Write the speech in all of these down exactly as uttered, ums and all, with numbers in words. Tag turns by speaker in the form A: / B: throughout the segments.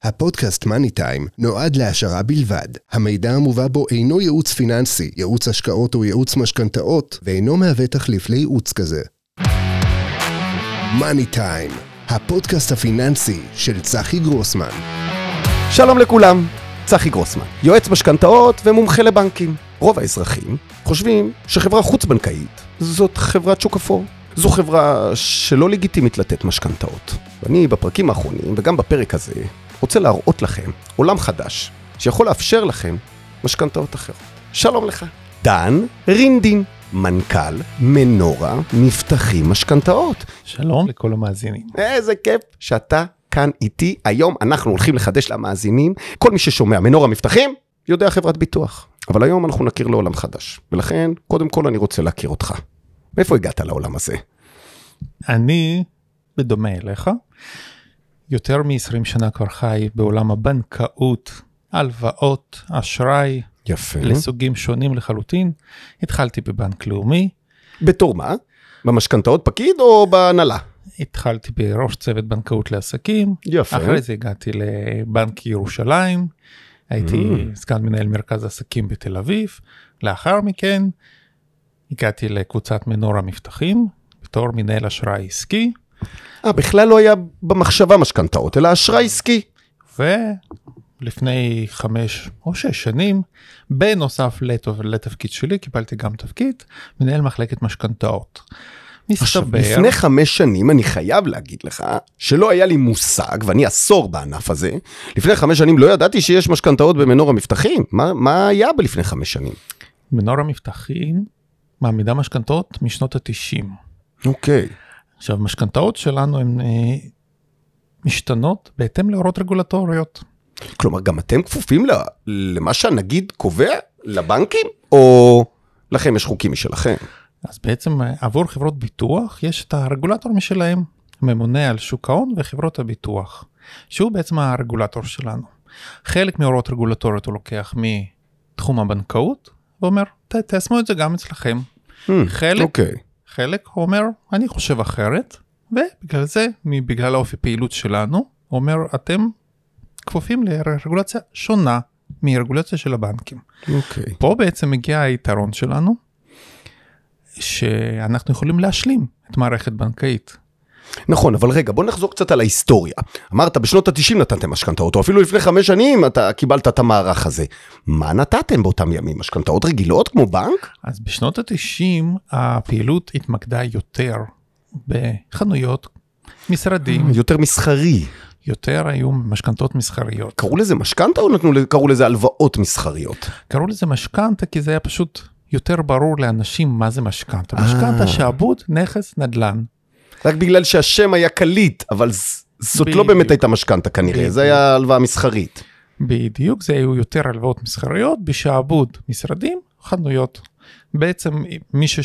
A: הפודקאסט מאני טיים נועד להשערה בלבד. המידע המובא בו אינו ייעוץ פיננסי, ייעוץ השקעות או ייעוץ משכנתאות, ואינו מהווה תחליף לייעוץ כזה. מאני טיים, הפודקאסט הפיננסי של צחי גרוסמן.
B: שלום לכולם, צחי גרוסמן, יועץ משכנתאות ומומחה לבנקים. רוב האזרחים חושבים שחברה חוץ-בנקאית זאת חברת שוק אפור. זו חברה שלא לגיטימית לתת משכנתאות. ואני בפרקים האחרונים וגם בפרק הזה רוצה להראות לכם עולם חדש שיכול לאפשר לכם משכנתאות אחרות. שלום לך. דן רינדין, מנכ"ל מנורה מבטחים משכנתאות.
C: שלום לכל המאזינים.
B: איזה כיף שאתה כאן איתי. היום אנחנו הולכים לחדש למאזינים. כל מי ששומע מנורה מבטחים יודע חברת ביטוח. אבל היום אנחנו נכיר לעולם חדש. ולכן קודם כל אני רוצה להכיר אותך. מאיפה הגעת לעולם הזה?
C: אני, בדומה אליך, יותר מ-עשרים שנה כבר חי בעולם הבנקאות, הלוואות, אשראי,
B: יפה.
C: לסוגים שונים לחלוטין. התחלתי בבנק לאומי.
B: בתור מה? במשכנתאות פקיד או בהנהלה?
C: התחלתי בראש צוות בנקאות לעסקים.
B: יפה.
C: אחרי זה הגעתי לבנק ירושלים. הייתי mm. סגן מנהל מרכז עסקים בתל אביב. לאחר מכן הגעתי לקבוצת מנורה מבטחים, בתור מנהל אשראי עסקי.
B: אה, בכלל לא היה במחשבה משכנתאות, אלא אשראי עסקי.
C: ולפני חמש או שש שנים, בנוסף לתפקיד שלי, קיבלתי גם תפקיד, מנהל מחלקת משכנתאות.
B: מסתבר... לפני חמש שנים אני חייב להגיד לך, שלא היה לי מושג, ואני עשור בענף הזה, לפני חמש שנים לא ידעתי שיש משכנתאות במנורה מבטחים. מה, מה היה בלפני חמש שנים?
C: מנורה מבטחים מעמידה משכנתאות משנות ה-תשעים.
B: אוקיי.
C: עכשיו, משכנתאות שלנו הן אה, משתנות בהתאם להוראות רגולטוריות.
B: כלומר, גם אתם כפופים למה שהנגיד קובע לבנקים, או לכם יש חוקים משלכם?
C: אז בעצם עבור חברות ביטוח יש את הרגולטור משלהם, ממונה על שוק ההון וחברות הביטוח, שהוא בעצם הרגולטור שלנו. חלק מהוראות רגולטוריות הוא לוקח מתחום הבנקאות, ואומר, תעשמו את זה גם אצלכם.
B: Hmm,
C: חלק,
B: okay.
C: חלק הוא אומר, אני חושב אחרת, ובגלל זה, בגלל האופי פעילות שלנו, הוא אומר, אתם כפופים לרגולציה שונה מרגולציה של הבנקים.
B: Okay.
C: פה בעצם מגיע היתרון שלנו, שאנחנו יכולים להשלים את מערכת בנקאית.
B: נכון, אבל רגע, בוא נחזור קצת על ההיסטוריה. אמרת, בשנות ה-תשעים נתתם משכנתאות, או אפילו לפני חמש שנים אתה קיבלת את המערך הזה. מה נתתם באותם ימים? משכנתאות רגילות כמו בנק?
C: אז בשנות ה-תשעים הפעילות התמקדה יותר בחנויות, משרדים.
B: יותר מסחרי.
C: יותר היו משכנתאות מסחריות.
B: קראו לזה משכנתה או נתנו, קראו לזה הלוואות מסחריות?
C: קראו לזה משכנתה כי זה היה פשוט יותר ברור לאנשים מה זה משכנתה. משכנתה שעבוד נכס נדל"ן.
B: רק בגלל שהשם היה קליט, אבל זאת לא באמת הייתה משכנתה כנראה, זה היה הלוואה מסחרית.
C: בדיוק, זה היו יותר הלוואות מסחריות, בשעבוד משרדים, חנויות. בעצם מישהו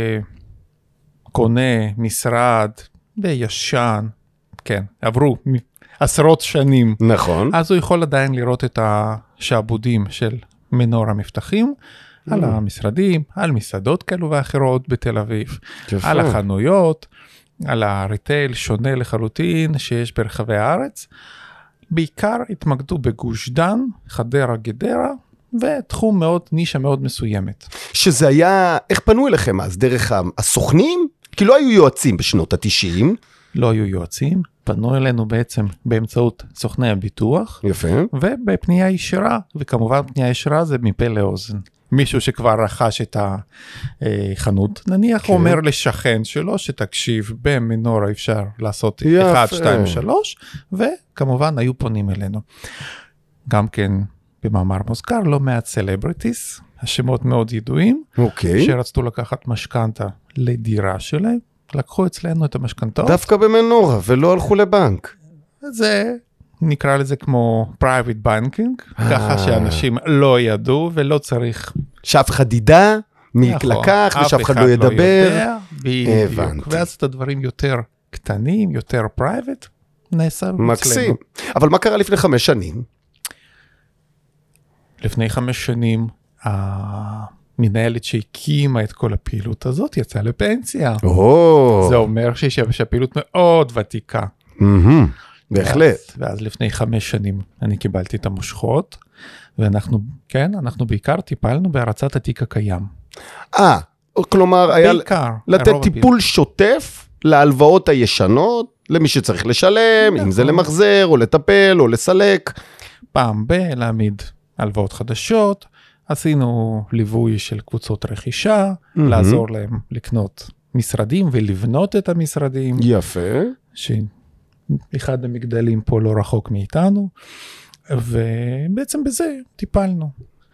C: שקונה משרד בישן, כן, עברו עשרות שנים.
B: נכון.
C: אז הוא יכול עדיין לראות את השעבודים של מנורה מבטחים, על המשרדים, על מסעדות כאלו ואחרות בתל אביב, על החנויות, על הריטייל שונה לחלוטין שיש ברחבי הארץ, בעיקר התמקדו בגוש דן, חדרה, גדרה, ותחום מאוד, נישה מאוד מסוימת.
B: שזה היה, איך פנו אליכם אז? דרך הסוכנים? כי לא היו יועצים בשנות ה-תשעים.
C: לא היו יועצים, פנו אלינו בעצם באמצעות סוכני הביטוח.
B: יפה.
C: ובפנייה ישירה, וכמובן פנייה ישירה זה מפה לאוזן. מישהו שכבר רכש את החנות, נניח הוא אומר לשכן שלו שתקשיב, במנורה אפשר לעשות אחת, שתיים, שלוש, וכמובן היו פונים אלינו. גם כן במאמר מוזכר, לא מעט סלבריטיס, השמות מאוד ידועים, שרצו לקחת משכנתה לדירה שלהם, לקחו אצלנו את המשכנתאות.
B: דווקא במנורה, ולא הלכו לבנק.
C: זה... נקרא לזה כמו private banking, ככה שאנשים לא ידעו ולא צריך...
B: שאף אחד ידע, מי לקח, ושאף אחד לא ידבר.
C: בדיוק, ואז את הדברים יותר קטנים, יותר private, נעשה אצלנו.
B: מקסים. אבל מה קרה לפני חמש שנים?
C: לפני חמש שנים, המנהלת שהקימה את כל הפעילות הזאת יצאה לפנסיה. זה אומר שהפעילות מאוד ותיקה.
B: בהחלט.
C: ואז, ואז לפני חמש שנים אני קיבלתי את המושכות, ואנחנו, כן, אנחנו בעיקר טיפלנו בהרצת התיק הקיים.
B: אה, כלומר, היה
C: בעיקר,
B: לתת טיפול
C: הביל.
B: שוטף להלוואות הישנות, למי שצריך לשלם, אם זה למחזר, או לטפל, או לסלק.
C: פעם ב, להעמיד הלוואות חדשות, עשינו ליווי של קבוצות רכישה, mm-hmm. לעזור להם לקנות משרדים ולבנות את המשרדים.
B: יפה.
C: שאחד המגדלים פה לא רחוק מאיתנו, ובעצם בזה טיפלנו.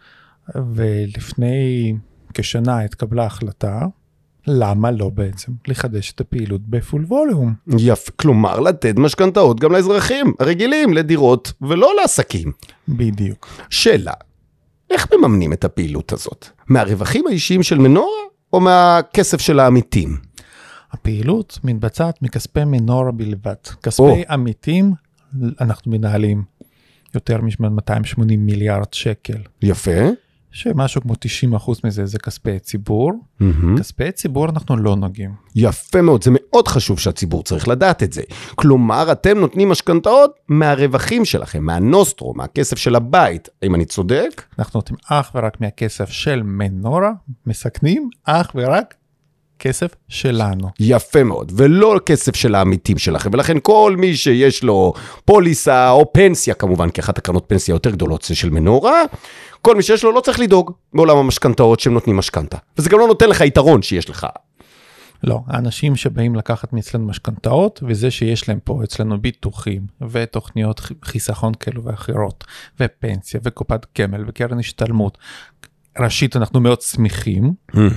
C: ולפני כשנה התקבלה החלטה, למה לא בעצם לחדש את הפעילות בפול ווליום?
B: יפה, כלומר לתת משכנתאות גם לאזרחים הרגילים, לדירות ולא לעסקים.
C: בדיוק.
B: שאלה, איך מממנים את הפעילות הזאת? מהרווחים האישיים של מנורה או מהכסף של העמיתים?
C: הפעילות מתבצעת מכספי מנורה בלבד. כספי oh. עמיתים אנחנו מנהלים יותר מ-מאתיים ושמונים מיליארד שקל.
B: יפה.
C: שמשהו כמו תשעים אחוז מזה זה כספי ציבור. Mm-hmm. כספי ציבור אנחנו לא נוגעים.
B: יפה מאוד, זה מאוד חשוב שהציבור צריך לדעת את זה. כלומר, אתם נותנים משכנתאות מהרווחים שלכם, מהנוסטרו, מהכסף של הבית. האם אני צודק?
C: אנחנו נותנים אך ורק מהכסף של מנורה, מסכנים אך ורק כסף שלנו.
B: יפה מאוד, ולא כסף של העמיתים שלכם, ולכן כל מי שיש לו פוליסה או פנסיה, כמובן, כי אחת הקרנות פנסיה יותר גדולות זה של מנורה, כל מי שיש לו לא צריך לדאוג בעולם המשכנתאות שהם נותנים משכנתה. וזה גם לא נותן לך יתרון שיש לך.
C: לא, האנשים שבאים לקחת מאצלנו משכנתאות, וזה שיש להם פה אצלנו ביטוחים, ותוכניות חיסכון כאלו ואחרות, ופנסיה, וקופת גמל, וקרן השתלמות, ראשית אנחנו מאוד שמחים,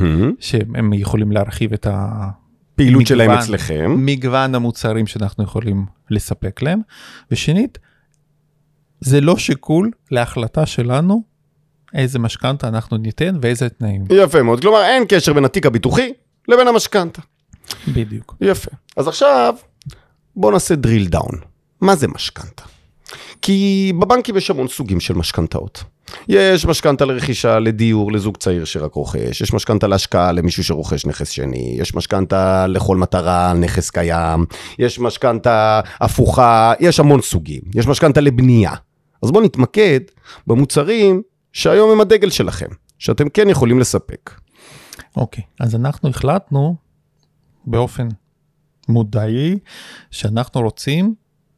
C: שהם יכולים להרחיב את
B: הפעילות שלהם אצלכם.
C: מגוון המוצרים שאנחנו יכולים לספק להם. ושנית, זה לא שיקול להחלטה שלנו, איזה משכנתה אנחנו ניתן ואיזה תנאים.
B: יפה מאוד, כלומר אין קשר בין התיק הביטוחי לבין המשכנתה.
C: בדיוק.
B: יפה. אז עכשיו בוא נעשה drill down. מה זה משכנתה? כי בבנקים יש המון סוגים של משכנתאות. יש משכנתה לרכישה, לדיור, לזוג צעיר שרק רוכש, יש משכנתה להשקעה למישהו שרוכש נכס שני, יש משכנתה לכל מטרה, נכס קיים, יש משכנתה הפוכה, יש המון סוגים, יש משכנתה לבנייה. אז בואו נתמקד במוצרים שהיום הם הדגל שלכם, שאתם כן יכולים לספק.
C: אוקיי, אז אנחנו החלטנו באופן מודעי שאנחנו רוצים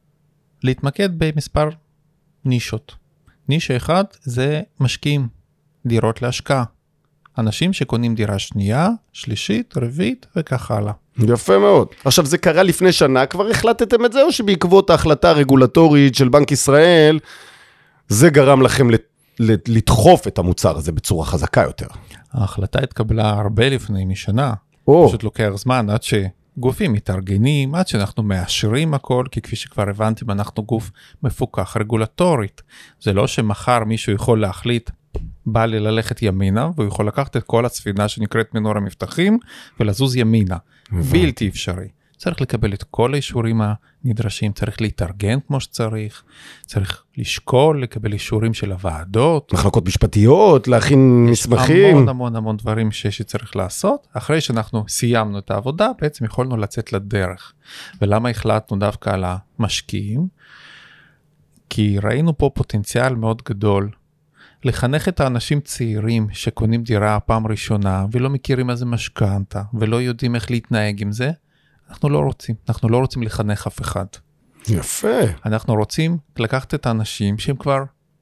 C: להתמקד במספר נישות. נישה אחד זה משקיעים, דירות להשקעה. אנשים שקונים דירה שנייה, שלישית, רביעית וכך הלאה.
B: יפה מאוד. עכשיו זה קרה לפני שנה, כבר החלטתם את זה, או שבעקבות ההחלטה הרגולטורית של בנק ישראל, זה גרם לכם לדחוף את המוצר הזה בצורה חזקה יותר?
C: ההחלטה התקבלה הרבה לפני משנה.
B: או.
C: פשוט לוקח זמן עד שגופים מתארגנים, עד שאנחנו מאשרים הכל, כי כפי שכבר הבנתם, אנחנו גוף מפוקח רגולטורית. זה לא שמחר מישהו יכול להחליט, בא לי ללכת ימינה, והוא יכול לקחת את כל הספינה שנקראת מנורה מבטחים, ולזוז ימינה. בלתי אפשרי. צריך לקבל את כל האישורים הנדרשים, צריך להתארגן כמו שצריך, צריך לשקול, לקבל אישורים של הוועדות.
B: מחלקות משפטיות, להכין מסמכים.
C: המון המון המון דברים שצריך לעשות. אחרי שאנחנו סיימנו את העבודה, בעצם יכולנו לצאת לדרך. ולמה החלטנו דווקא על המשקיעים? כי ראינו פה פוטנציאל מאוד גדול, לחנך את האנשים צעירים שקונים דירה פעם ראשונה, ולא מכירים איזה משכנתה, ולא יודעים איך להתנהג עם זה, אנחנו לא רוצים, אנחנו לא רוצים לחנך אף אחד.
B: יפה.
C: אנחנו רוצים לקחת את האנשים שהם כבר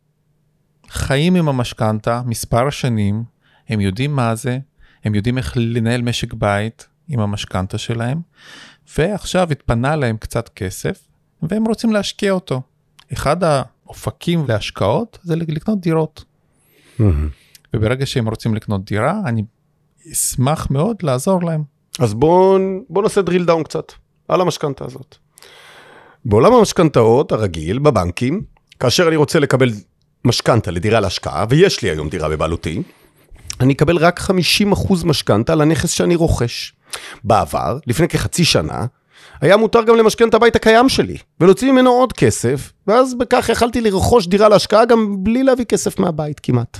C: חיים עם המשכנתה מספר שנים, הם יודעים מה זה, הם יודעים איך לנהל משק בית עם המשכנתה שלהם, ועכשיו התפנה להם קצת כסף, והם רוצים להשקיע אותו. אחד האופקים להשקעות זה לקנות דירות. Mm-hmm. וברגע שהם רוצים לקנות דירה, אני אשמח מאוד לעזור להם.
B: אז בואו בוא נעשה drill down קצת על המשכנתה הזאת. בעולם המשכנתאות הרגיל, בבנקים, כאשר אני רוצה לקבל משכנתה לדירה להשקעה, ויש לי היום דירה בבעלותי, אני אקבל רק חמישים אחוז משכנתה לנכס שאני רוכש. בעבר, לפני כחצי שנה, היה מותר גם למשכן את הבית הקיים שלי, ולהוציא ממנו עוד כסף, ואז בכך יכלתי לרכוש דירה להשקעה גם בלי להביא כסף מהבית כמעט.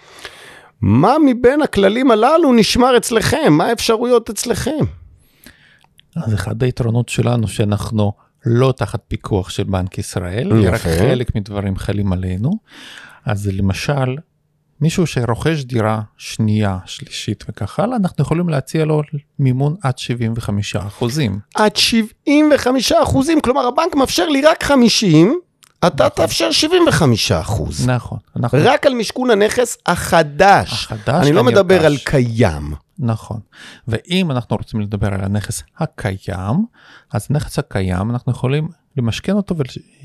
B: מה מבין הכללים הללו נשמר אצלכם? מה האפשרויות אצלכם?
C: אז אחד היתרונות שלנו שאנחנו לא תחת פיקוח של בנק ישראל, רק חלק מדברים חלים עלינו. אז למשל, מישהו שרוכש דירה שנייה, שלישית וכך הלאה, אנחנו יכולים להציע לו מימון עד שבעים וחמישה אחוזים.
B: עד שבעים וחמישה אחוזים, כלומר הבנק מאפשר לי רק חמישים, אתה תאפשר שבעים וחמישה אחוז.
C: נכון.
B: רק על משכון הנכס החדש.
C: החדש.
B: אני לא מדבר על קיים.
C: נכון. ואם אנחנו רוצים לדבר על הנכס הקיים, אז הנכס הקיים אנחנו יכולים למשכן אותו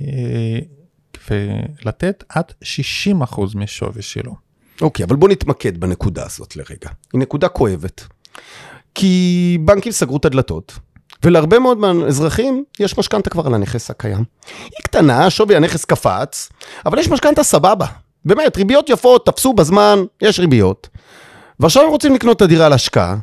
C: ולתת עד שישים אחוז משווי שלו.
B: אוקיי, אבל בוא נתמקד בנקודה הזאת לרגע. היא נקודה כואבת. כי בנקים סגרו את הדלתות, ולהרבה מאוד מהאזרחים יש משכנתה כבר על הנכס הקיים. היא קטנה, שווי הנכס קפץ, אבל יש משכנתה סבבה. באמת, ריביות יפות, תפסו בזמן, יש ריביות. ועכשיו הם רוצים לקנות את הדירה להשקעה,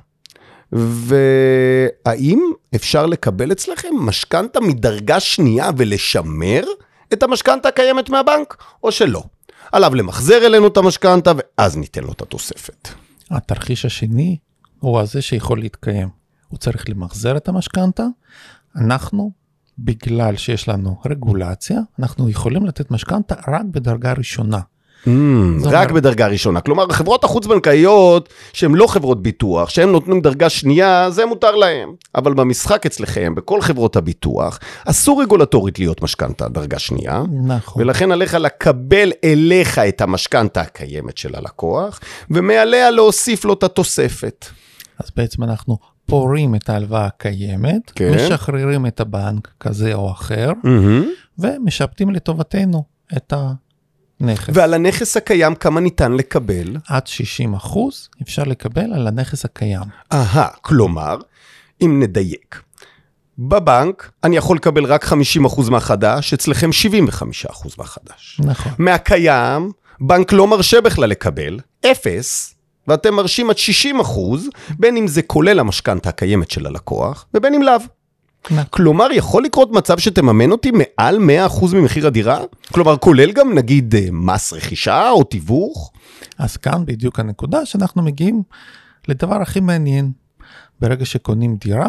B: והאם אפשר לקבל אצלכם משכנתה מדרגה שנייה ולשמר את המשכנתה הקיימת מהבנק, או שלא? עליו למחזר אלינו את המשכנתה, ואז ניתן לו את התוספת.
C: התרחיש השני הוא הזה שיכול להתקיים. הוא צריך למחזר את המשכנתה. אנחנו, בגלל שיש לנו רגולציה, אנחנו יכולים לתת משכנתה רק בדרגה ראשונה.
B: Mm, רק אומר... בדרגה ראשונה. כלומר, חברות החוץ-בנקאיות, שהן לא חברות ביטוח, שהן נותנים דרגה שנייה, זה מותר להם. אבל במשחק אצלכם, בכל חברות הביטוח, אסור רגולטורית להיות משכנתה דרגה שנייה.
C: נכון.
B: ולכן עליך לקבל אליך את המשכנתה הקיימת של הלקוח, ומעליה להוסיף לו את התוספת.
C: אז בעצם אנחנו פורים את ההלוואה הקיימת, כן. משחררים את הבנק כזה או אחר, mm-hmm. ומשפטים לטובתנו את ה... נכס.
B: ועל הנכס הקיים כמה ניתן לקבל?
C: עד שישים אחוז אפשר לקבל על הנכס הקיים.
B: אהה, כלומר, אם נדייק, בבנק אני יכול לקבל רק חמישים אחוז מהחדש, אצלכם שבעים וחמישה אחוז מהחדש.
C: נכון.
B: מהקיים, בנק לא מרשה בכלל לקבל, אפס, ואתם מרשים עד שישים אחוז, בין אם זה כולל המשכנתה הקיימת של הלקוח, ובין אם לאו. כלומר, יכול לקרות מצב שתממן אותי מעל מאה אחוז ממחיר הדירה? כלומר, כולל גם נגיד מס רכישה או תיווך?
C: אז כאן בדיוק הנקודה שאנחנו מגיעים לדבר הכי מעניין. ברגע שקונים דירה,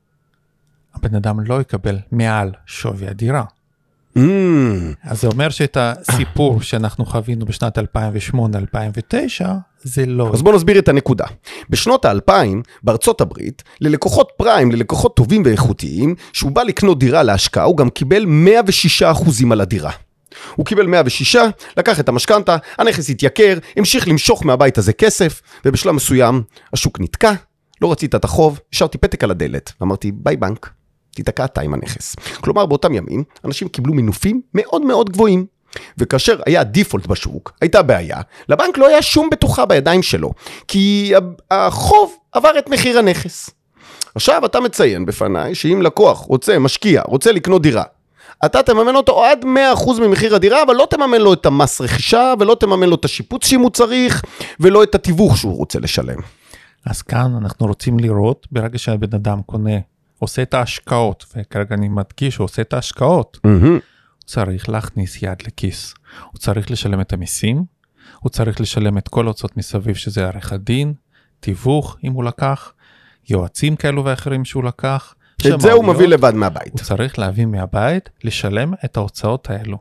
C: הבן אדם לא יקבל מעל שווי הדירה. Mm. אז זה אומר שאת הסיפור שאנחנו חווינו בשנת אלפיים ושמונה אלפיים ותשע, זה לא.
B: אז בואו נסביר את הנקודה. בשנות האלפיים, בארצות הברית, ללקוחות פריים, ללקוחות טובים ואיכותיים, שהוא בא לקנות דירה להשקעה, הוא גם קיבל מאה ושישה אחוזים על הדירה. הוא קיבל מאה ושש, לקח את המשכנתה, הנכס התייקר, המשיך למשוך מהבית הזה כסף, ובשלב מסוים השוק נתקע, לא רצית את החוב, השארתי פתק על הדלת, אמרתי ביי בנק. תתקע אתה עם הנכס. כלומר, באותם ימים, אנשים קיבלו מינופים מאוד מאוד גבוהים. וכאשר היה דיפולט בשוק, הייתה בעיה, לבנק לא היה שום בטוחה בידיים שלו, כי החוב עבר את מחיר הנכס. עכשיו אתה מציין בפניי, שאם לקוח רוצה, משקיע, רוצה לקנות דירה, אתה תממן אותו עד מאה אחוז ממחיר הדירה, אבל לא תממן לו את המס רכישה, ולא תממן לו את השיפוץ שהוא צריך, ולא את התיווך שהוא רוצה לשלם.
C: אז כאן אנחנו רוצים לראות, ברגע שהבן אדם קונה, עושה את ההשקעות, וכרגע אני מדגיש, הוא עושה את ההשקעות, mm-hmm. הוא צריך להכניס יד לכיס, הוא צריך לשלם את המיסים, הוא צריך לשלם את כל הוצאות מסביב, שזה עריך הדין, תיווך, אם הוא לקח, יועצים כאלו ואחרים שהוא לקח,
B: את זה הוא מביא לבד מהבית.
C: הוא צריך להביא מהבית, לשלם את ההוצאות האלו.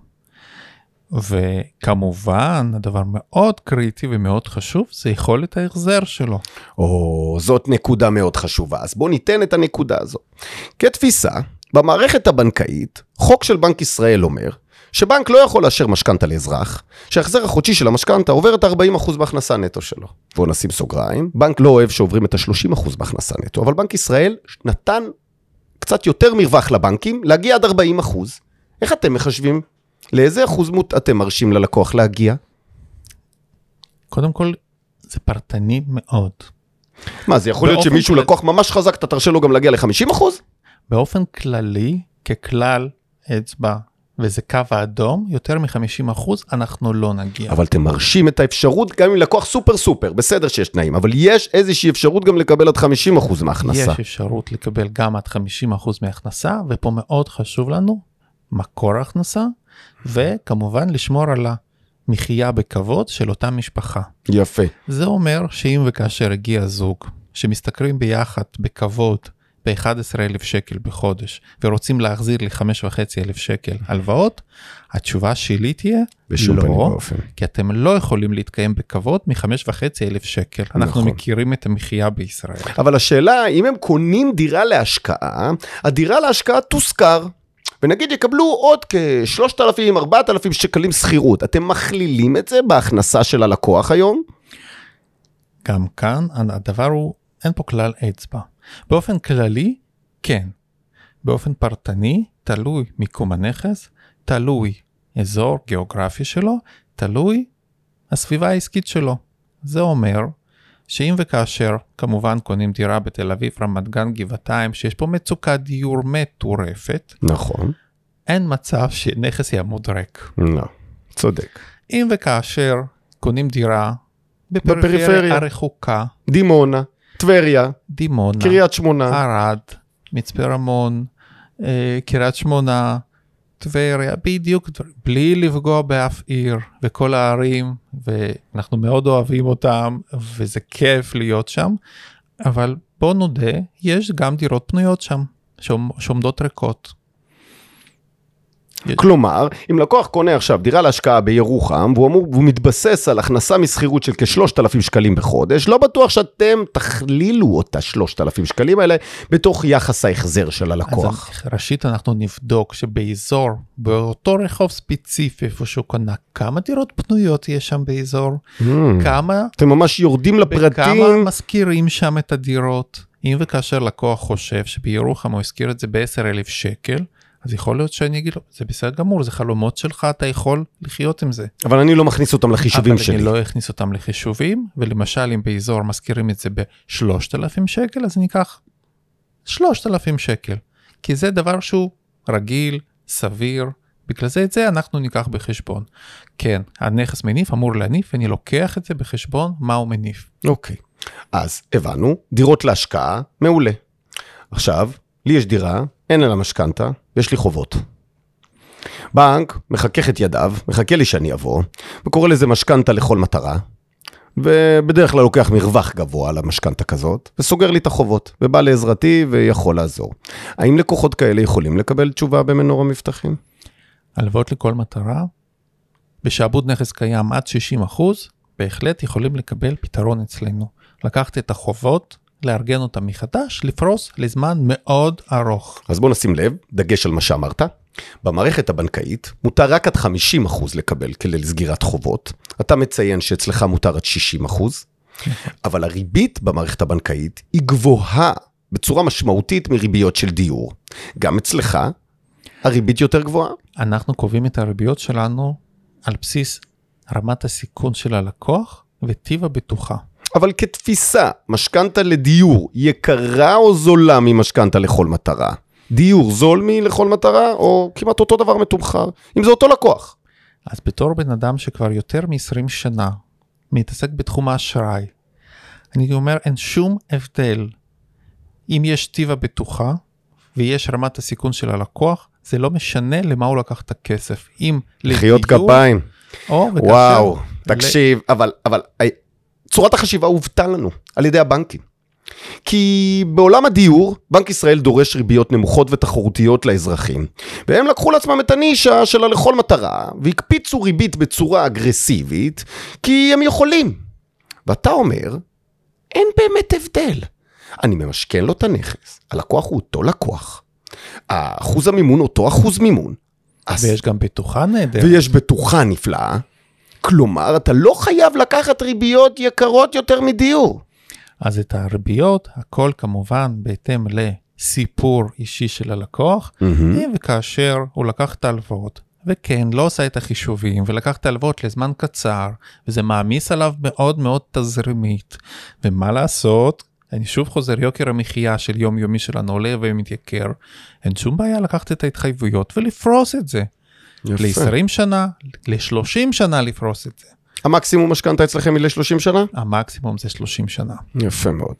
C: וכמובן, הדבר מאוד קריטי ומאוד חשוב, זה יכולת ההחזר שלו.
B: או, זאת נקודה מאוד חשובה. אז בוא ניתן את הנקודה הזו. כתפיסה, במערכת הבנקאית, חוק של בנק ישראל אומר, שבנק לא יכול לאשר משכנתה לאזרח, שההחזר החודשי של המשכנתה עובר את ארבעים אחוז בהכנסה נטו שלו. בוא נשים סוגריים, בנק לא אוהב שעוברים את ה-שלושים אחוז בהכנסה נטו, אבל בנק ישראל נתן קצת יותר מרווח לבנקים, להגיע עד ארבעים אחוז. איך אתם מחשבים? לאיזה אחוז מות אתם מרשים ללקוח להגיע?
C: קודם כל, זה פרטני מאוד.
B: מה, זה יכול להיות שמישהו לקוח ממש חזק, אתה תרשה לו גם להגיע ל-חמישים אחוז?
C: באופן כללי, ככלל אצבע, וזה קו האדום, יותר מ-חמישים אחוז אנחנו לא נגיע.
B: אבל אתם מרשים את האפשרות גם עם לקוח סופר סופר, בסדר שיש תנאים, אבל יש איזושהי אפשרות גם לקבל עד חמישים אחוז מההכנסה.
C: יש אפשרות לקבל גם עד חמישים אחוז מההכנסה, ופה מאוד חשוב לנו, מקור ההכנסה, וכמובן לשמור על המחיה בכבוד של אותה משפחה.
B: יפה.
C: זה אומר שאם וכאשר הגיע זוג, שמסתכרים ביחד בכבוד, ב-אחד עשר אלף שקל בחודש, ורוצים להחזיר ל-חמש וחצי אלף שקל הלוואות, התשובה שלי תהיה,
B: בשום פנים
C: לא,
B: ואופן.
C: כי אתם לא יכולים להתקיים בכבוד מ-חמש וחצי אלף שקל. אנחנו
B: נכון.
C: מכירים את המחיה בישראל.
B: אבל השאלה, אם הם קונים דירה להשקעה, הדירה להשקעה תושכר, ונגיד יקבלו עוד כ-שלושת אלפים, ארבעת אלפים שקלים שכירות. אתם מכלילים את זה בהכנסה של הלקוח היום?
C: גם כאן, הדבר הוא, אין פה כלל אצבע. באופן כללי, כן. באופן פרטני, תלוי מיקום הנכס, תלוי אזור גיאוגרפי שלו, תלוי הסביבה העסקית שלו. זה אומר שאם וכאשר כמובן קונים דירה בתל אביב, רמת גן, גבעתיים, שיש פה מצוקת דיור מטורפת,
B: נכון.
C: אין מצב שנכס יעמוד ריק.
B: לא, צודק.
C: אם וכאשר קונים דירה
B: בפריפריה.
C: בפריפריה הרחוקה,
B: דימונה, טבריה,
C: דימונה,
B: קריית שמונה,
C: ערד, מצפה רמון, אה, קריית שמונה, טבריה, בדיוק, בלי לפגוע באף עיר, וכל הערים, ואנחנו מאוד אוהבים אותם, וזה כיף להיות שם, אבל בוא נודה, יש גם דירות פנויות שם, שעומדות ריקות.
B: כלומר, אם לקוח קונה עכשיו דירה להשקעה בירוחם, והוא אמור, והוא מתבסס על הכנסה מסחירות של כ-שלושת אלפים שקלים בחודש, לא בטוח שאתם תכלילו אותה שלושת אלפים שקלים האלה, בתוך יחס ההחזר של הלקוח.
C: אז ראשית אנחנו נבדוק שבאזור, באותו רחוב ספציפי, איפה שהוא קונה, כמה דירות פנויות יש שם באזור,
B: Mm.
C: כמה,
B: אתם ממש יורדים לפרטים.
C: וכמה מזכירים שם את הדירות. אם וכאשר לקוח חושב שבירוחם הוא הזכיר את זה ב-עשרת אלפים שקל, אז יכול להיות שאני אגיד לו, זה בסדר גמור, זה חלומות שלך, אתה יכול לחיות עם זה.
B: אבל אני לא מכניס אותם לחישובים שלי.
C: אבל אני לא אכניס אותם לחישובים, ולמשל אם באזור מזכירים את זה ב-שלושת אלפים שקל, אז אני אקח שלושת אלפים שקל. כי זה דבר שהוא רגיל, סביר, בגלל זה את זה אנחנו ניקח בחשבון. כן, הנכס מניף אמור להניף, ואני לוקח את זה בחשבון, מה הוא מניף.
B: אוקיי, אז הבנו, דירות להשקעה, מעולה. עכשיו, לי יש דירה, אין לה משכנתה, יש לי חובות. בנק מחכך את ידיו, מחכה לי שאני אבוא, וקורא לזה משכנתה לכל מטרה, ובדרך כלל לוקח מרווח גבוה על המשכנתה כזאת, וסוגר לי את החובות, ובא לעזרתי ויכול לעזור. האם לקוחות כאלה יכולים לקבל תשובה במנור המבטחים?
C: הלוואות לכל מטרה, בשעבוד נכס קיים עד שישים אחוז, בהחלט יכולים לקבל פתרון אצלנו. לקחת את החובות, לארגן אותם מחדש, לפרוס לזמן מאוד ארוך.
B: אז בוא נשים לב, דגש על מה שאמרת. במערכת הבנקאית מותר רק עד חמישים אחוז לקבל כלל סגירת חובות. אתה מציין שאצלך מותר עד שישים אחוז, אבל הריבית במערכת הבנקאית היא גבוהה בצורה משמעותית מריביות של דיור. גם אצלך הריבית יותר גבוהה.
C: אנחנו קובעים את הריביות שלנו על בסיס רמת הסיכון של הלקוח וטיב הבטוחה.
B: אבל כתפיסה, משכנתה לדיור יקרה או זולה ממשכנתה לכל מטרה? דיור זול מלכל מטרה או כמעט אותו דבר מתומחר? אם זה אותו לקוח.
C: אז בתור בן אדם שכבר יותר מ-עשרים שנה מתעסק בתחום האשראי, אני אומר אין שום הבדל. אם יש טיב הבטוחה ויש רמת הסיכון של הלקוח, זה לא משנה למה הוא לקח את הכסף. אם
B: לחיות
C: לדיור,
B: כפיים.
C: או,
B: וואו, תקשיב, אבל, אבל צורת החשיבה הובטה לנו על ידי הבנקים. כי בעולם הדיור, בנק ישראל דורש ריביות נמוכות ותחרותיות לאזרחים, והם לקחו לעצמם את הנישה שלה לכל מטרה, והקפיצו ריבית בצורה אגרסיבית, כי הם יכולים. ואתה אומר, אין באמת הבדל. אני ממשכן לו את הנכס, הלקוח הוא אותו לקוח, האחוז המימון אותו אחוז מימון. אז...
C: ויש גם בטוחה נהדר.
B: ויש בטוחה נפלאה, כלומר אתה לא חייב לקחת ריביות יקרות יותר מדיור.
C: אז את הריביות, הכל כמובן בהתאם לסיפור אישי של הלקוח, mm-hmm. וכאשר הוא לקח את ההלוואות, וכן, לא עושה את החישובים, ולקח את ההלוואות לזמן קצר, וזה מעמיס עליו מאוד מאוד תזרימית, ומה לעשות? אני שוב חוזר, יוקר המחיה של יום יומי שלנו עולה ומתייקר, אין שום בעיה לקחת את ההתחייבויות ולפרוס את זה. ל-עשרים שנה, ל-שלושים שנה לפרוס את זה.
B: המקסימום משכנתה אצלכם היא ל-שלושים שנה?
C: המקסימום זה שלושים שנה.
B: יפה מאוד.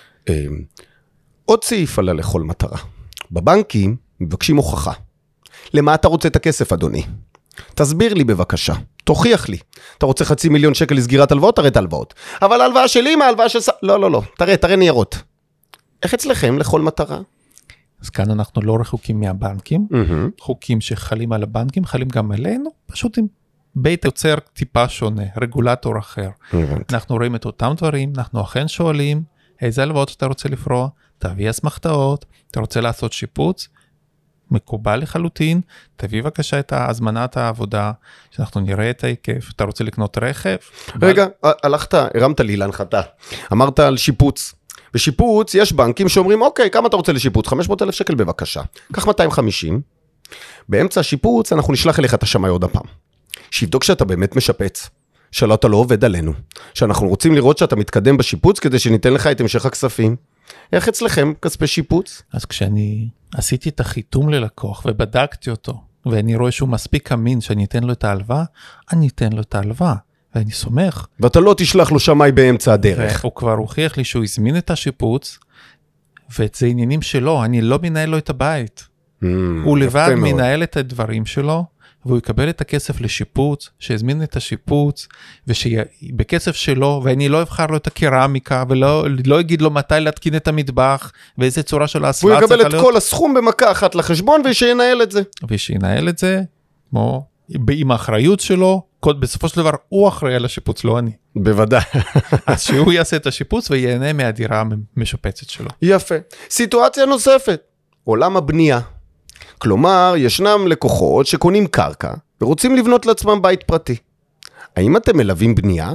B: עוד סעיף עלה לכל מטרה. בבנקים מבקשים הוכחה. למה אתה רוצה את הכסף, אדוני? תסביר לי בבקשה, תוכיח לי. אתה רוצה חצי מיליון שקל לסגירת הלוואות? תראה את הלוואות. אבל ההלוואה שלי מה ההלוואה של... לא, לא, לא, תראה, תראה ניירות. איך אצלכם לכל מטרה?
C: אז כאן אנחנו לא רחוקים מהבנקים,
B: Mm-hmm.
C: חוקים שחלים על הבנקים, חלים גם עלינו, פשוט עם בית יוצר טיפה שונה, רגולטור אחר.
B: הבנתי.
C: אנחנו רואים את אותם דברים, אנחנו אכן שואלים, איזה הלוואות אתה רוצה לפרוע, תביא אסמכתאות, אתה רוצה לעשות שיפוץ, מקובל לחלוטין, תביא בבקשה את הזמנת העבודה, שאנחנו נראה את ההיקף, אתה רוצה לקנות רכב?
B: רגע, הלכת, הרמת לי להנחתה, אמרת על שיפוץ. בשיפוץ יש בנקים שאומרים, אוקיי, כמה אתה רוצה לשיפוץ? חמש מאות אלף שקל בבקשה. קח מאתיים וחמישים, באמצע השיפוץ אנחנו נשלח אליך את השמאי עוד הפעם. שיבדוק שאתה באמת משפץ, שלא אתה לא עובד עלינו, שאנחנו רוצים לראות שאתה מתקדם בשיפוץ, כדי שניתן לך את המשך הכספים. איך אצלכם כספי שיפוץ?
C: אז כשאני עשיתי את החיתום ללקוח ובדקתי אותו, ואני רואה שהוא מספיק אמין שאני אתן לו את ההלוואה, אני אתן לו את ההלוואה, ואני סומך.
B: ואתה לא תשלח לו שמאי באמצע הדרך.
C: הוא כבר הוכיח לי שהוא הזמין את השיפוץ, ואת זה עניינים שלו, אני לא מנהל לו את הבית.
B: Mm,
C: הוא לבד
B: מאוד.
C: מנהל את הדברים שלו, והוא יקבל את הכסף לשיפוץ, שהזמין את השיפוץ, ובכסף שלו, ואני לא אבחר לו את הקרמיקה, ולא לא אגיד לו מתי להתקין את המטבח, ואיזה צורה של ההסוואה
B: והוא יקבל את
C: להיות.
B: כל הסכום במכה אחת לחשבון, ושינהל את זה.
C: ושינהל את זה, כמו, עם האחריות שלו, בסופו של דבר הוא אחראי על השיפוץ, לא אני.
B: בוודאי.
C: אז שהוא יעשה את השיפוץ, וייהנה מהדירה המשופצת שלו.
B: יפה. סיטואציה נוספת, עולם הבנייה. כלומר, ישנם לקוחות שקונים קרקע, ורוצים לבנות לעצמם בית פרטי. האם אתם מלווים בנייה?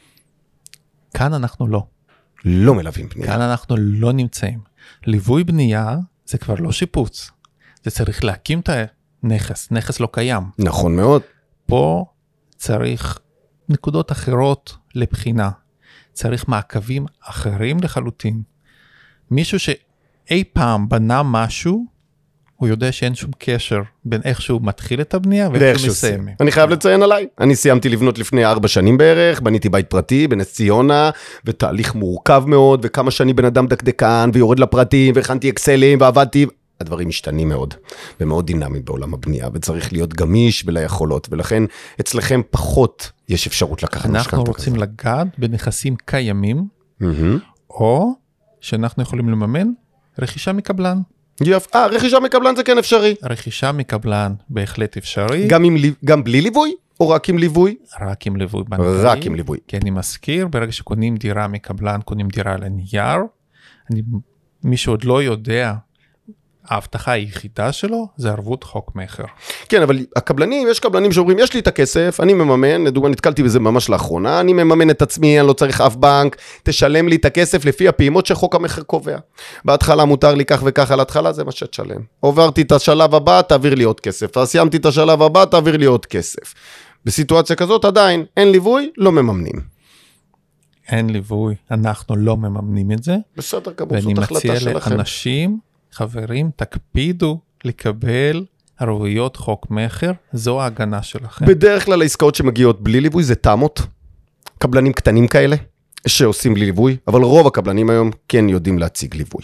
C: כאן אנחנו לא.
B: לא מלווים בנייה.
C: כאן אנחנו לא נמצאים. ליווי בנייה זה כבר לא שיפוץ. זה צריך להקים את הנכס, נכס לא קיים.
B: נכון מאוד.
C: פה צריך נקודות אחרות לבחינה. צריך מעקבים אחרים לחלוטין. מישהו שאי פעם בנה משהו, הוא יודע שאין שום קשר בין איך שהוא מתחיל את הבנייה ואיך שהוא מסיים.
B: אני חייב לציין עליי. אני סיימתי לבנות לפני ארבע שנים בערך, בניתי בית פרטי בנס ציונה, ותהליך מורכב מאוד, וכמה שנים בן אדם דקדקן, ויורד לפרטים, והכנתי אקסלים, ועבדתי. הדברים משתנים מאוד, ומאוד דינמיים בעולם הבנייה, וצריך להיות גמיש וליכולות, ולכן אצלכם פחות יש אפשרות לקחת משכנתא כזאת.
C: אנחנו רוצים לגעת בנכסים קיימים, או שאנחנו יכולים לממן רכישה מקבלן.
B: יפה, אה, רכישה מקבלן זה כן אפשרי.
C: רכישה מקבלן בהחלט אפשרי.
B: גם, עם, גם בלי ליווי, או רק עם ליווי?
C: רק עם ליווי בנקאי.
B: רק עם ליווי.
C: כי אני מזכיר, ברגע שקונים דירה מקבלן, קונים דירה על הנייר, אני, מי שעוד לא יודע, ההבטחה היחידה שלו, זה ערבות חוק מחר.
B: כן, אבל הקבלנים, יש קבלנים שאומרים, יש לי את הכסף, אני מממן, לדוגמה, נתקלתי בזה ממש לאחרונה, אני מממן את עצמי, אני לא צריך אף בנק, תשלם לי את הכסף לפי הפעימות שחוק המחר קובע. בהתחלה מותר לי כך וכך על התחלה, זה מה שתשלם. עוברתי את השלב הבא, תעביר לי עוד כסף. סיימתי את השלב הבא, תעביר לי עוד כסף. בסיטואציה כזאת עדיין, אין ליווי, לא מממנים.
C: אין ליווי, אנחנו לא מממנים את זה.
B: בסדר, כמובן, זאת החלטה שלכם.
C: ואני מציע לאנשים, חברים, תקפידו לקבל ערבויות חוק מחר, זו ההגנה שלכם.
B: בדרך כלל העסקאות שמגיעות בלי ליווי זה תמות, קבלנים קטנים כאלה, שעושים בלי ליווי, אבל רוב הקבלנים היום כן יודעים להציג ליווי.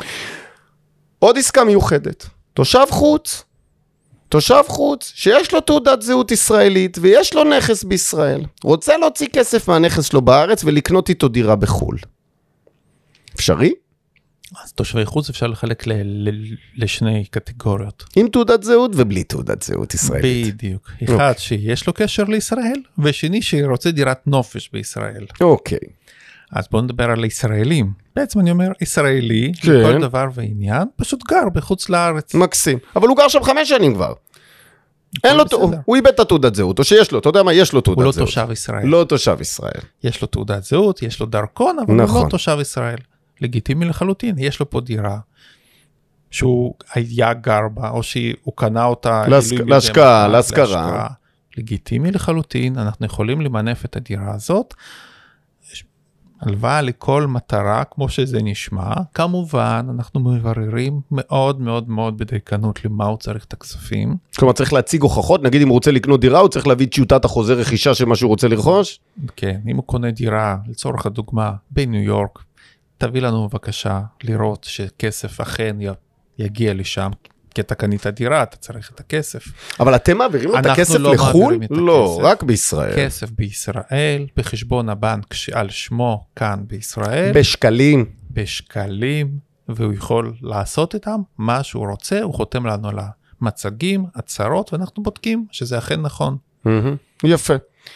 B: עוד עסקה מיוחדת, תושב חוץ, תושב חוץ שיש לו תעודת זהות ישראלית ויש לו נכס בישראל, רוצה להוציא כסף מהנכס שלו בארץ ולקנות איתו דירה בחול. אפשרי?
C: אז תושבי חוץ אפשר לחלק ל- ל- לשני קטגוריות.
B: עם תעודת זהות ובלי תעודת זהות ישראלית.
C: בדיוק. אחד okay. שיש לו קשר לישראל, ושני שרוצה דירת נופש בישראל.
B: אוקיי. Okay.
C: אז בואו נדבר על ישראלים. בעצם אני אומר, ישראלי,
B: כן.
C: לכל דבר ועניין, פשוט גר בחוץ לארץ.
B: מקסים. אבל הוא גר שם חמש שנים כבר. אין לו, הוא, הוא איבד את התעודת זהות, או שיש לו, אתה יודע מה, יש לו תעודת
C: זהות.
B: זהות.
C: הוא לא תושב ישראל.
B: לא תושב ישראל.
C: יש לו תעודת זהות, יש לו דרכון, אבל נכון. הוא לא תושב ישראל. לגיטימי לחלוטין, יש לו פה דירה, שהוא היה גר בה, או שהוא קנה אותה,
B: להשקעה, להשכרה.
C: לגיטימי לחלוטין, אנחנו יכולים למנף את הדירה הזאת, הלוואה לכל מטרה, כמו שזה נשמע, כמובן, אנחנו מבררים מאוד מאוד מאוד בדייקנות למה הוא צריך את הכספים.
B: כלומר, צריך להציג הוכחות, נגיד אם הוא רוצה לקנות דירה, הוא צריך להביא טיוטת החוזה רכישה של מה שהוא רוצה לרכוש?
C: כן, אם הוא קונה דירה, לצורך הדוגמה, בניו יורק, תביא לנו בבקשה לראות שכסף אכן יגיע לשם, כי אתה קנית דירה, אתה צריך את הכסף.
B: אבל אתם מעבירים את הכסף
C: לא
B: לחול?
C: את
B: לא,
C: הכסף.
B: רק בישראל.
C: כסף בישראל, בחשבון הבנק שעל שמו כאן בישראל.
B: בשקלים.
C: בשקלים, והוא יכול לעשות איתם מה שהוא רוצה, הוא חותם לנו על המצגים, הצהרות, ואנחנו בודקים שזה אכן נכון.
B: יפה.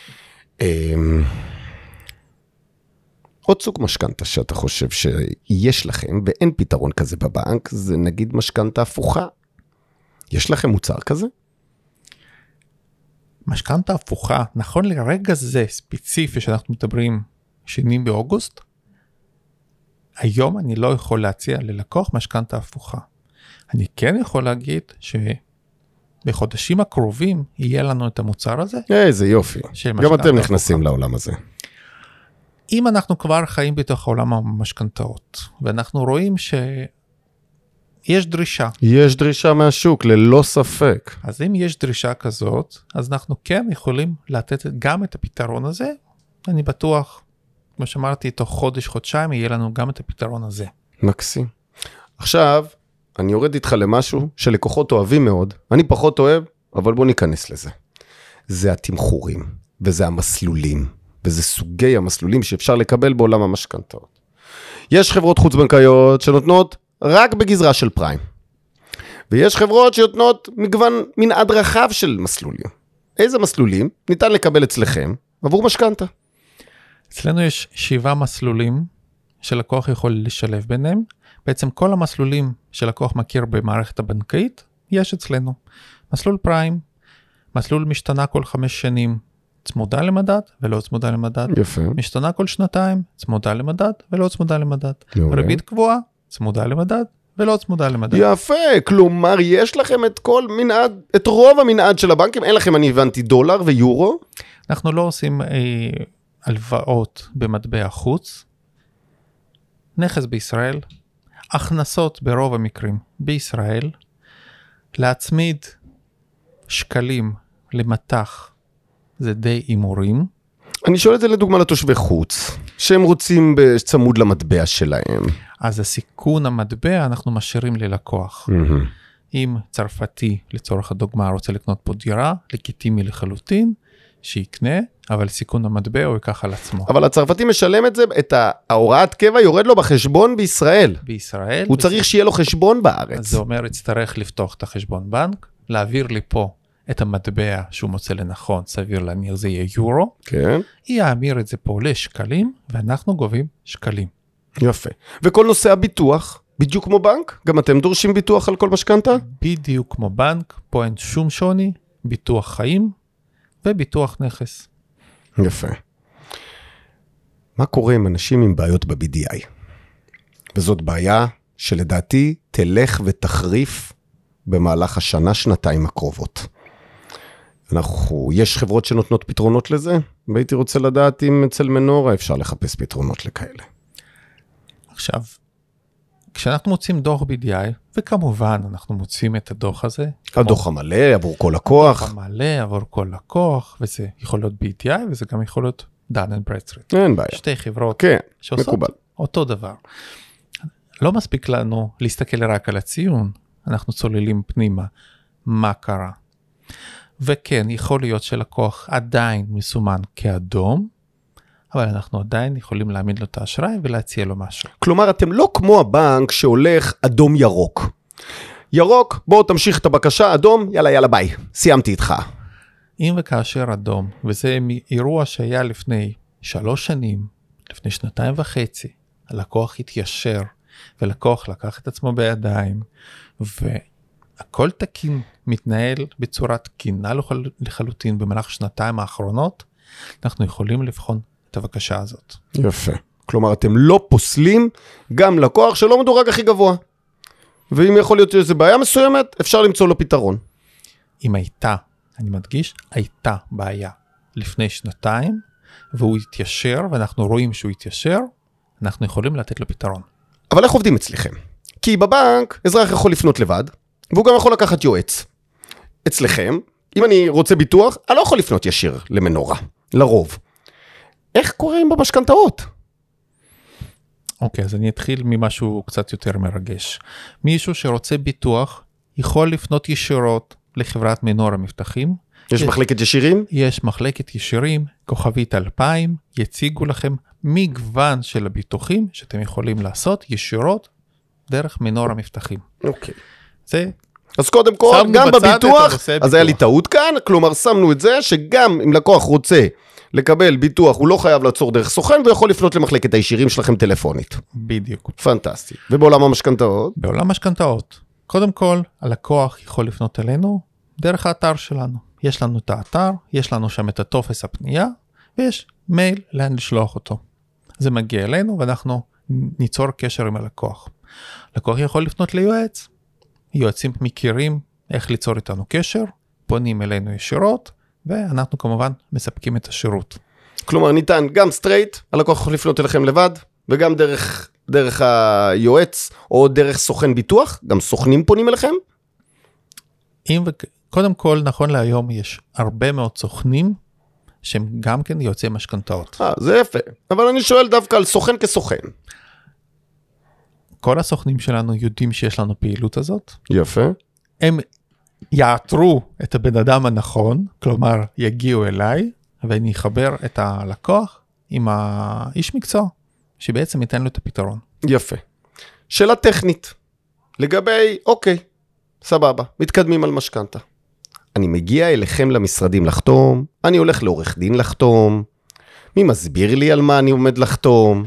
B: עוד סוג משכנתה שאתה חושב שיש לכם, ואין פתרון כזה בבנק, זה נגיד משכנתה הפוכה. יש לכם מוצר כזה?
C: משכנתה הפוכה, נכון לרגע זה ספציפי שאנחנו מדברים שני באוגוסט, היום אני לא יכול להציע ללקוח משכנתה הפוכה. אני כן יכול להגיד שבחודשים הקרובים יהיה לנו את המוצר הזה.
B: איזה יופי. גם אתם נכנסים לעולם הזה.
C: אם אנחנו כבר חיים בתוך העולם המשכנתאות, ואנחנו רואים שיש דרישה.
B: יש דרישה מהשוק, ללא ספק.
C: אז אם יש דרישה כזאת, אז אנחנו כן יכולים לתת גם את הפתרון הזה. אני בטוח, כמו שאמרתי, תוך חודש, חודשיים, יהיה לנו גם את הפתרון הזה.
B: מקסים. עכשיו, אני יורד איתך למשהו שלקוחות אוהבים מאוד. אני פחות אוהב, אבל בוא ניכנס לזה. זה התמחורים, וזה המסלולים. וזה סוגי המסלולים שאפשר לקבל בעולם המשכנתאות. יש חברות חוץ-בנקאיות שנותנות רק בגזרה של פריים. ויש חברות שנותנות מגוון מנעד רחב של מסלולים. איזה מסלולים ניתן לקבל אצלכם עבור משכנתה?
C: אצלנו יש שבעה מסלולים שלקוח יכול לשלב ביניהם. בעצם כל המסלולים שלקוח מכיר במערכת הבנקאית, יש אצלנו. מסלול פריים, מסלול משתנה כל חמש שנים, צמודה למדד ולא צמודה למדד.
B: יפה.
C: משתנה כל שנתיים, צמודה למדד ולא צמודה למדד. ריבית קבועה, צמודה למדד ולא צמודה למדד.
B: יפה, כלומר יש לכם את כל מנעד, את רוב המנעד של הבנקים, אין לכם, אני הבנתי, דולר ויורו?
C: אנחנו לא עושים אה, הלוואות במטבע חוץ, נכס בישראל, הכנסות ברוב המקרים בישראל, להצמיד שקלים למתח, זה די אימורים.
B: אני שואל את זה לדוגמה לתושבי חוץ, שהם רוצים בצמוד למטבע שלהם.
C: אז הסיכון המטבע אנחנו משאירים ללקוח. Mm-hmm. אם צרפתי לצורך הדוגמה רוצה לקנות פה דירה, לגיטימי לחלוטין, שיקנה, אבל סיכון המטבע הוא ייקח על עצמו.
B: אבל הצרפתי משלם את זה, את ההוראת קבע יורד לו בחשבון בישראל.
C: בישראל.
B: הוא צריך שיהיה לו חשבון בארץ.
C: אז זה אומר, יצטרך לפתוח את החשבון בנק, להעביר לי פה את המטבע שהוא מוצא לנכון, סביר להמיר זה יהיה יורו.
B: כן.
C: יאמיר את זה פה לשקלים, ואנחנו גובים שקלים.
B: יפה. וכל נושא הביטוח, בדיוק כמו בנק? גם אתם דורשים ביטוח על כל משכנתה?
C: בדיוק כמו בנק, פה אין שום שוני, ביטוח חיים וביטוח נכס.
B: יפה. מה קורה עם אנשים עם בעיות ב-בי די איי? וזאת בעיה שלדעתי תלך ותחריף במהלך השנה, שנתיים הקרובות. אנחנו, יש חברות שנותנות פתרונות לזה, והייתי רוצה לדעת אם אצל מנורה אפשר לחפש פתרונות לכאלה.
C: עכשיו, כשאנחנו מוצאים דוח בי די איי, וכמובן אנחנו מוצאים את הדוח הזה.
B: הדוח כמו... המלא עבור כל לקוח.
C: הדוח המלא עבור כל לקוח, וזה יכול להיות בי די איי, וזה גם יכול להיות דן אנד ברדסטריט.
B: אין בעיה.
C: שתי חברות
B: כן,
C: שעושות
B: מקובל.
C: אותו דבר. לא מספיק לנו להסתכל רק על הציון, אנחנו צוללים פנימה, מה קרה. וכן, יכול להיות שלקוח עדיין מסומן כאדום, אבל אנחנו עדיין יכולים להעמיד לו את האשראי ולהציע לו משהו.
B: כלומר, אתם לא כמו הבנק שהולך אדום ירוק. ירוק, בואו תמשיך את הבקשה, אדום, יאללה, יאללה, ביי. סיימתי איתך.
C: אם וכאשר אדום, וזה אירוע שהיה לפני שלוש שנים, לפני שנתיים וחצי, הלקוח התיישר, ולקוח לקח את עצמו בידיים, והכל תקין מתנהל בצורה תקינה לחלוטין במהלך שנתיים האחרונות, אנחנו יכולים לבחון את הבקשה הזאת.
B: יפה. כלומר, אתם לא פוסלים גם לקוח שלא מדורג הכי גבוה. ואם יכול להיות איזו בעיה מסוימת, אפשר למצוא לו פתרון.
C: אם הייתה, אני מדגיש, הייתה בעיה לפני שנתיים, והוא התיישר, ואנחנו רואים שהוא התיישר, אנחנו יכולים לתת לו פתרון.
B: אבל איך עובדים אצלכם? כי בבנק, אזרח יכול לפנות לבד, והוא גם יכול לקחת יועץ. אצלכם, אם אני רוצה ביטוח, אני לא יכול לפנות ישיר למנורה, לרוב. איך קוראים במשכנתאות?
C: אוקיי, אז אני אתחיל ממשהו קצת יותר מרגש. מישהו שרוצה ביטוח, יכול לפנות ישירות לחברת מנורה מבטחים.
B: יש מחלקת ישירים?
C: יש מחלקת ישירים, כוכבית אלפיים, יציגו לכם מגוון של הביטוחים שאתם יכולים לעשות ישירות דרך מנור המבטחים.
B: אוקיי.
C: זה...
B: אז קודם כל, גם בביטוח, אז היה לי טעות כאן, כלומר שמנו את זה שגם אם לקוח רוצה לקבל ביטוח, הוא לא חייב לעצור דרך סוכן, ויכול לפנות למחלקת הישירים שלכם טלפונית.
C: בדיוק.
B: פנטסטי. ובעולם המשכנתאות?
C: בעולם המשכנתאות. קודם כל, הלקוח יכול לפנות אלינו דרך האתר שלנו. יש לנו את האתר, יש לנו שם את הטופס הפנייה, ויש מייל לאן לשלוח אותו. זה מגיע אלינו, ואנחנו ניצור קשר עם הלקוח. לקוח יכול לפנות ליועץ, יועצים מכירים איך ליצור איתנו קשר, פונים אלינו ישירות, ואנחנו כמובן מספקים את השירות.
B: כלומר, ניתן גם סטרייט, הלקוח יכול לפנות אליכם לבד, וגם דרך, דרך היועץ, או דרך סוכן ביטוח, גם סוכנים פונים אליכם?
C: אם, קודם כל, נכון להיום, יש הרבה מאוד סוכנים, שהם גם כן יוצאי משכנתאות.
B: אה, זה יפה. אבל אני שואל דווקא על סוכן כסוכן.
C: כל הסוכנים שלנו יודעים שיש לנו פעילות הזאת.
B: יפה.
C: הם יעתרו את הבן אדם הנכון, כלומר יגיעו אליי, ואני אחבר את הלקוח עם האיש מקצוע, שבעצם ייתן לו את הפתרון.
B: יפה. שאלה טכנית. לגבי, אוקיי, סבבה, מתקדמים על משכנתה. אני מגיע אליכם למשרדים לחתום, אני הולך לעורך דין לחתום, מי מסביר לי על מה אני עומד לחתום?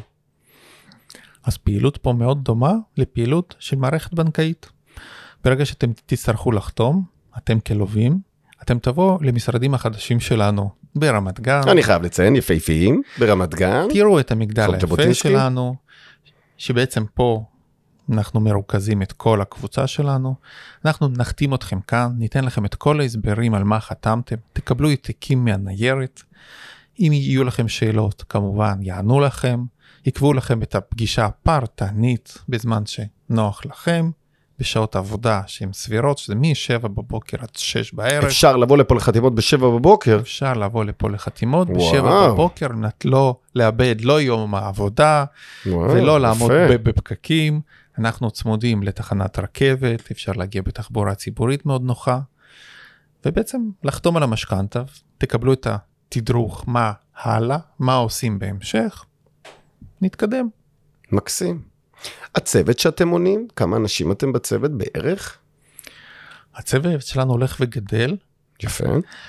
C: אז פעילות פה מאוד דומה לפעילות של מערכת בנקאית. ברגע שאתם תצטרכו לחתום, אתם כלווים, אתם תבואו למשרדים החדשים שלנו ברמת גן.
B: אני חייב לציין, יפהפיים, ברמת גן.
C: תראו את המגדל היפה שלנו, שבעצם פה אנחנו מרוכזים את כל הקבוצה שלנו, אנחנו נחתים אתכם כאן, ניתן לכם את כל ההסברים על מה חתמתם, תקבלו העתקים מהניירת, אם יהיו לכם שאלות, כמובן יענו לכם, יקבעו לכם את הפגישה הפרטנית בזמן שנוח לכם, בשעות עבודה שהן סבירות, שזה מ-שבע בבוקר עד שש בערב.
B: אפשר לבוא לפה לחתימות ב-שבע בבוקר?
C: אפשר לבוא לפה לחתימות ב-שבע בבוקר, לא לאבד לא יום העבודה, וואו, ולא לעמוד בפקקים. אנחנו צמודים לתחנת רכבת, אפשר להגיע בתחבורה ציבורית מאוד נוחה, ובעצם לחתום על המשכנתה, תקבלו את התדרוך מה הלאה, מה עושים בהמשך, נתקדם.
B: מקסים. הצוות שאתם עונים, כמה אנשים אתם בצוות בערך?
C: הצוות שלנו הולך וגדל.
B: יפה.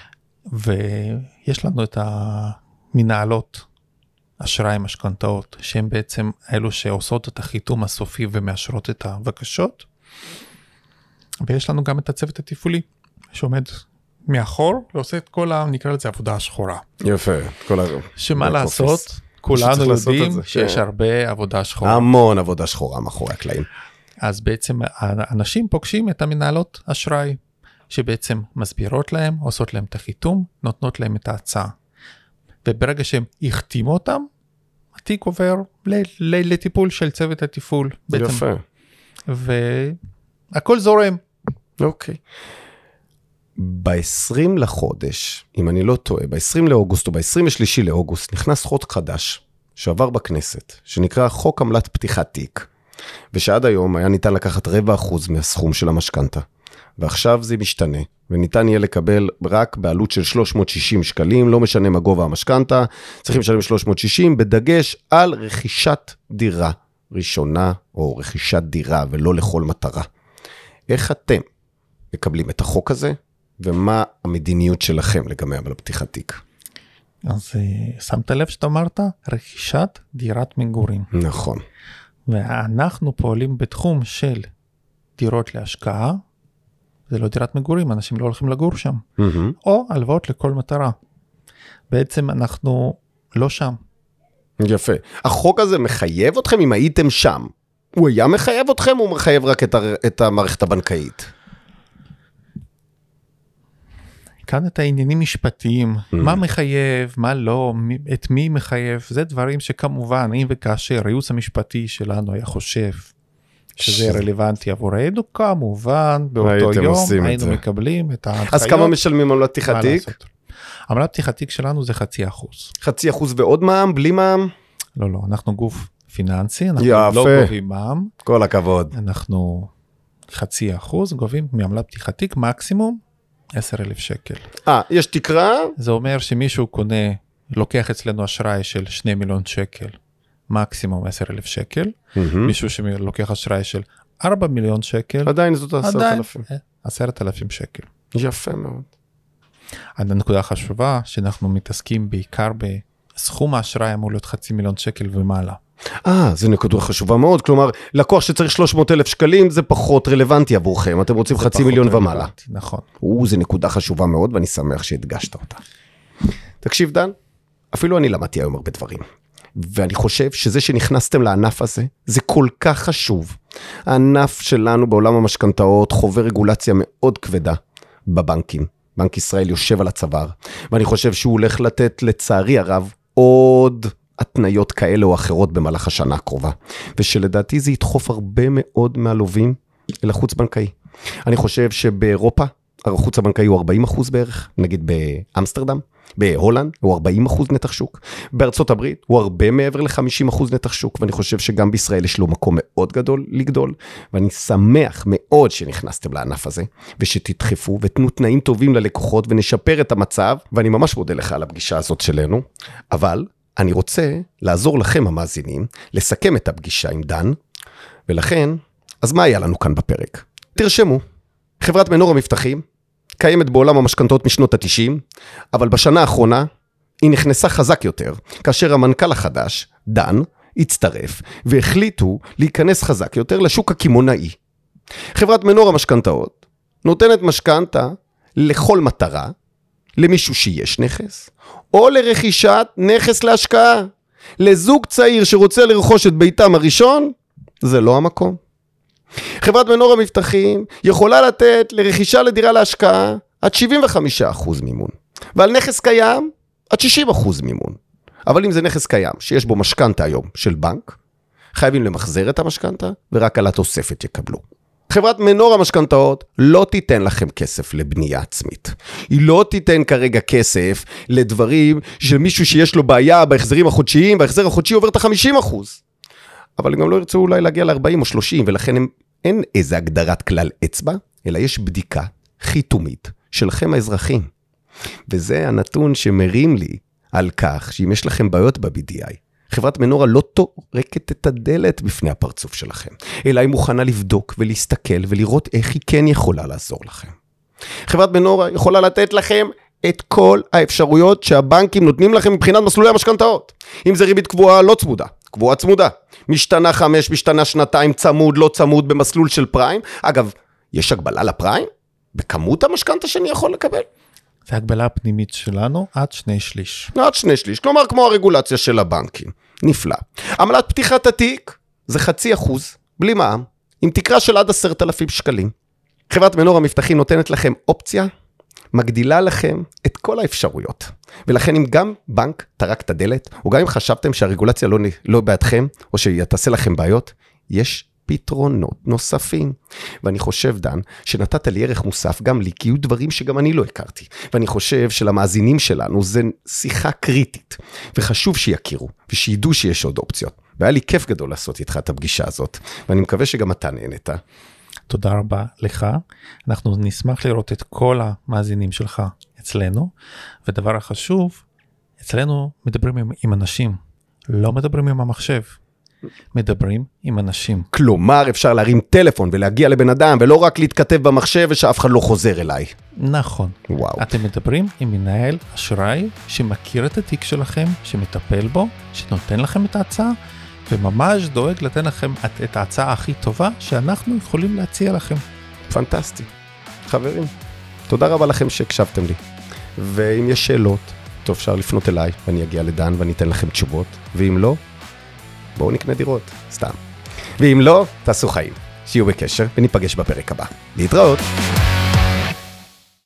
C: ויש לנו את המנהלות אשראי משכנתאות, שהן בעצם אלו שעושות את החיתום הסופי ומאשרות את הבקשות. ויש לנו גם את הצוות התפעולי, שעומד מאחור, ועושה את כל, נקרא לזה, עבודה השחורה.
B: יפה. כל ה...
C: שמה לעשות? כולנו יודעים שיש הרבה עבודה שחורה.
B: המון עבודה שחורה מאחורי הקלעים.
C: אז בעצם האנשים פוגשים את המנהלות אשראי, שבעצם מסבירות להם, עושות להם את החיתום, נותנות להם את ההצעה. וברגע שהם החתימו אותם, התיק עובר לטיפול של צוות התפעול.
B: יפה.
C: והכל זורם.
B: אוקיי. ב-עשרים לחודש, אם אני לא טועה, ב-עשרים לאוגוסט או ב-עשרים ושלישי לאוגוסט, נכנס חוק חדש שעבר בכנסת, שנקרא חוק עמלת פתיחת תיק, ושעד היום היה ניתן לקחת רבע אחוז מהסכום של המשכנתה, ועכשיו זה משתנה, וניתן יהיה לקבל רק בעלות של שלוש מאות ושישים שקלים, לא משנה מה גובה המשכנתה, צריכים לשלם שלוש מאות ושישים, בדגש על רכישת דירה ראשונה, או רכישת דירה, ולא לכל מטרה. איך אתם מקבלים את החוק הזה? ומה המדיניות שלכם לגבי עמלת פתיחת תיק?
C: אז שמת לב שאתה אמרת, רכישת דירת מגורים.
B: נכון.
C: ואנחנו פועלים בתחום של דירות להשקעה, זה לא דירת מגורים, אנשים לא הולכים לגור שם. Mm-hmm. או הלוואות לכל מטרה. בעצם אנחנו לא שם.
B: יפה. החוק הזה מחייב אתכם אם הייתם שם. הוא היה מחייב אתכם, או מחייב רק את, הר... את המערכת הבנקאית?
C: כאן את העניינים משפטיים, mm. מה מחייב, מה לא, את מי מחייב, זה דברים שכמובן, אם וכאשר הייעוץ המשפטי שלנו היה חושב שזה ש... רלוונטי עבורנו, כמובן, באותו יום היינו מקבלים את ההנחיות.
B: אז כמה משלמים עמלת פתיחת תיק?
C: עמלת פתיחת תיק שלנו זה חצי אחוז.
B: חצי אחוז ועוד מע"מ, בלי מע"מ?
C: לא, לא, אנחנו גוף פיננסי, אנחנו
B: יפה.
C: לא גובים מע"מ.
B: כל הכבוד.
C: אנחנו חצי אחוז גובים מעמלת פתיחת תיק, מקסימום עשרת אלפים שקל.
B: אה, יש תקרה?
C: זה אומר שמישהו קונה, לוקח אצלנו אשראי של שני מיליון שקל, מקסימום עשרת אלפים שקל. Mm-hmm. מישהו שלוקח אשראי של ארבעה מיליון שקל.
B: עדיין זאת עשרת אלפים.
C: עשרת אלפים שקל.
B: יפה מאוד.
C: הנקודה החשובה, שאנחנו מתעסקים בעיקר בסכום האשראי אמור להיות חצי מיליון שקל ומעלה.
B: אה, זה נקודה חשובה מאוד, כלומר, לקוח שצריך שלוש מאות אלף שקלים, זה פחות רלוונטי עבורכם, אתם רוצים חצי מיליון ומעלה.
C: נכון.
B: או, זה נקודה חשובה מאוד, ואני שמח שהדגשת אותה. תקשיב, דן, אפילו אני למדתי היום הרבה דברים, ואני חושב שזה שנכנסתם לענף הזה, זה כל כך חשוב. הענף שלנו בעולם המשכנתאות חווה רגולציה מאוד כבדה בבנקים. בנק ישראל יושב על הצוואר, ואני חושב שהוא הולך לתת לצערי הרב עוד התניות כאלה או אחרות במהלך השנה הקרובה, ושלדעתי זה ידחוף הרבה מאוד מהלווים אל החוץ בנקאי. אני חושב שבאירופה החוץ הבנקאי הוא ארבעים אחוז בערך, נגיד באמסטרדם, בהולנד הוא ארבעים אחוז נתח שוק, בארצות הברית הוא הרבה מעבר ל-חמישים אחוז נתח שוק, ואני חושב שגם בישראל יש לו מקום מאוד גדול לגדול, ואני שמח מאוד שנכנסתם לענף הזה, ושתדחפו ותנו תנאים טובים ללקוחות, ונשפר את המצב, ואני ממש מודה לך על הפגישה הזאת שלנו, אבל אני רוצה לעזור לכם המאזינים, לסכם את הפגישה עם דן, ולכן, אז מה היה לנו כאן בפרק? תרשמו, חברת מנור המבטחים, קיימת בעולם המשכנתאות משנות ה-תשעים, אבל בשנה האחרונה היא נכנסה חזק יותר, כאשר המנכ"ל החדש, דן, הצטרף, והחליטו להיכנס חזק יותר לשוק הכימונאי. חברת מנור המשכנתאות נותנת משכנתה לכל מטרה, למישהו שיש נכס, או לרכישת נכס להשקעה. לזוג צעיר שרוצה לרכוש את ביתם הראשון, זה לא המקום. חברת מנור המבטחים יכולה לתת לרכישה לדירה להשקעה עד שבעים וחמישה אחוז מימון, ועל נכס קיים עד שישים אחוז מימון. אבל אם זה נכס קיים שיש בו משכנתה היום של בנק, חייבים למחזר את המשכנתה ורק על התוספת יקבלו. חברת מנור המשכנתאות לא תיתן לכם כסף לבנייה עצמית. היא לא תיתן כרגע כסף לדברים של מישהו שיש לו בעיה בהחזרים החודשיים, וההחזר החודשי עובר את ה-חמישים אחוז. אבל הם גם לא ירצו אולי להגיע ל-ארבעים או שלושים, ולכן הם, אין איזה הגדרת כלל אצבע, אלא יש בדיקה חיתומית שלכם האזרחים. וזה הנתון שמרים לי על כך שאם יש לכם בעיות ב-בי די איי, חברת מנורה לא תורקת את הדלת בפני הפרצוף שלכם, אלא היא מוכנה לבדוק ולהסתכל ולראות איך היא כן יכולה לעזור לכם. חברת מנורה יכולה לתת לכם את כל האפשרויות שהבנקים נותנים לכם מבחינת מסלולי המשכנתאות. אם זה ריבית קבועה, לא צמודה, קבועה צמודה. משתנה חמש, משתנה שנתיים, צמוד, לא צמוד, במסלול של פריים. אגב, יש הגבלה לפריים? בכמות המשכנתה שאני יכול לקבל?
C: זה הגבלה הפנימית שלנו עד שני שליש.
B: עד שני שליש, כלומר כמו הרגולציה של הבנקים. נפלא. עמלת פתיחת התיק זה חצי אחוז, בלי מע"מ, עם תקרה של עד עשרת אלפים שקלים. חברת מנור המבטחים נותנת לכם אופציה, מגדילה לכם את כל האפשרויות. ולכן אם גם בנק טרק את הדלת, או גם אם חשבתם שהרגולציה לא, לא בעדכם, או שתעשה לכם בעיות, יש פתרונות נוספים. ואני חושב, דן, שנתת לי ערך מוסף גם לי, כי יהיו דברים שגם אני לא הכרתי. ואני חושב שלמאזינים שלנו זה שיחה קריטית, וחשוב שיכירו, ושידעו שיש עוד אופציות. והיה לי כיף גדול לעשות איתך את הפגישה הזאת, ואני מקווה שגם אתה נהנית.
C: תודה רבה לך. אנחנו נשמח לראות את כל המאזינים שלך אצלנו, ודבר החשוב, אצלנו מדברים עם, עם אנשים, לא מדברים עם המחשב. מדברים עם אנשים.
B: כלומר, אפשר להרים טלפון ולהגיע לבן אדם, ולא רק להתכתב במחשב ושאף אחד לא חוזר אליי.
C: נכון.
B: וואו.
C: אתם מדברים עם מנהל אשראי שמכיר את התיק שלכם, שמטפל בו, שנותן לכם את ההצעה, וממש דואג לתן לכם את ההצעה הכי טובה שאנחנו יכולים להציע לכם.
B: פנטסטי. חברים, תודה רבה לכם שהקשבתם לי. ואם יש שאלות, טוב, אפשר לפנות אליי, ואני אגיע לדן ואני אתן לכם תשובות, ואם לא, בואו נקנה דירות, סתם. ואם לא, תעשו חיים. שיהיו בקשר וניפגש בפרק הבא. להתראות.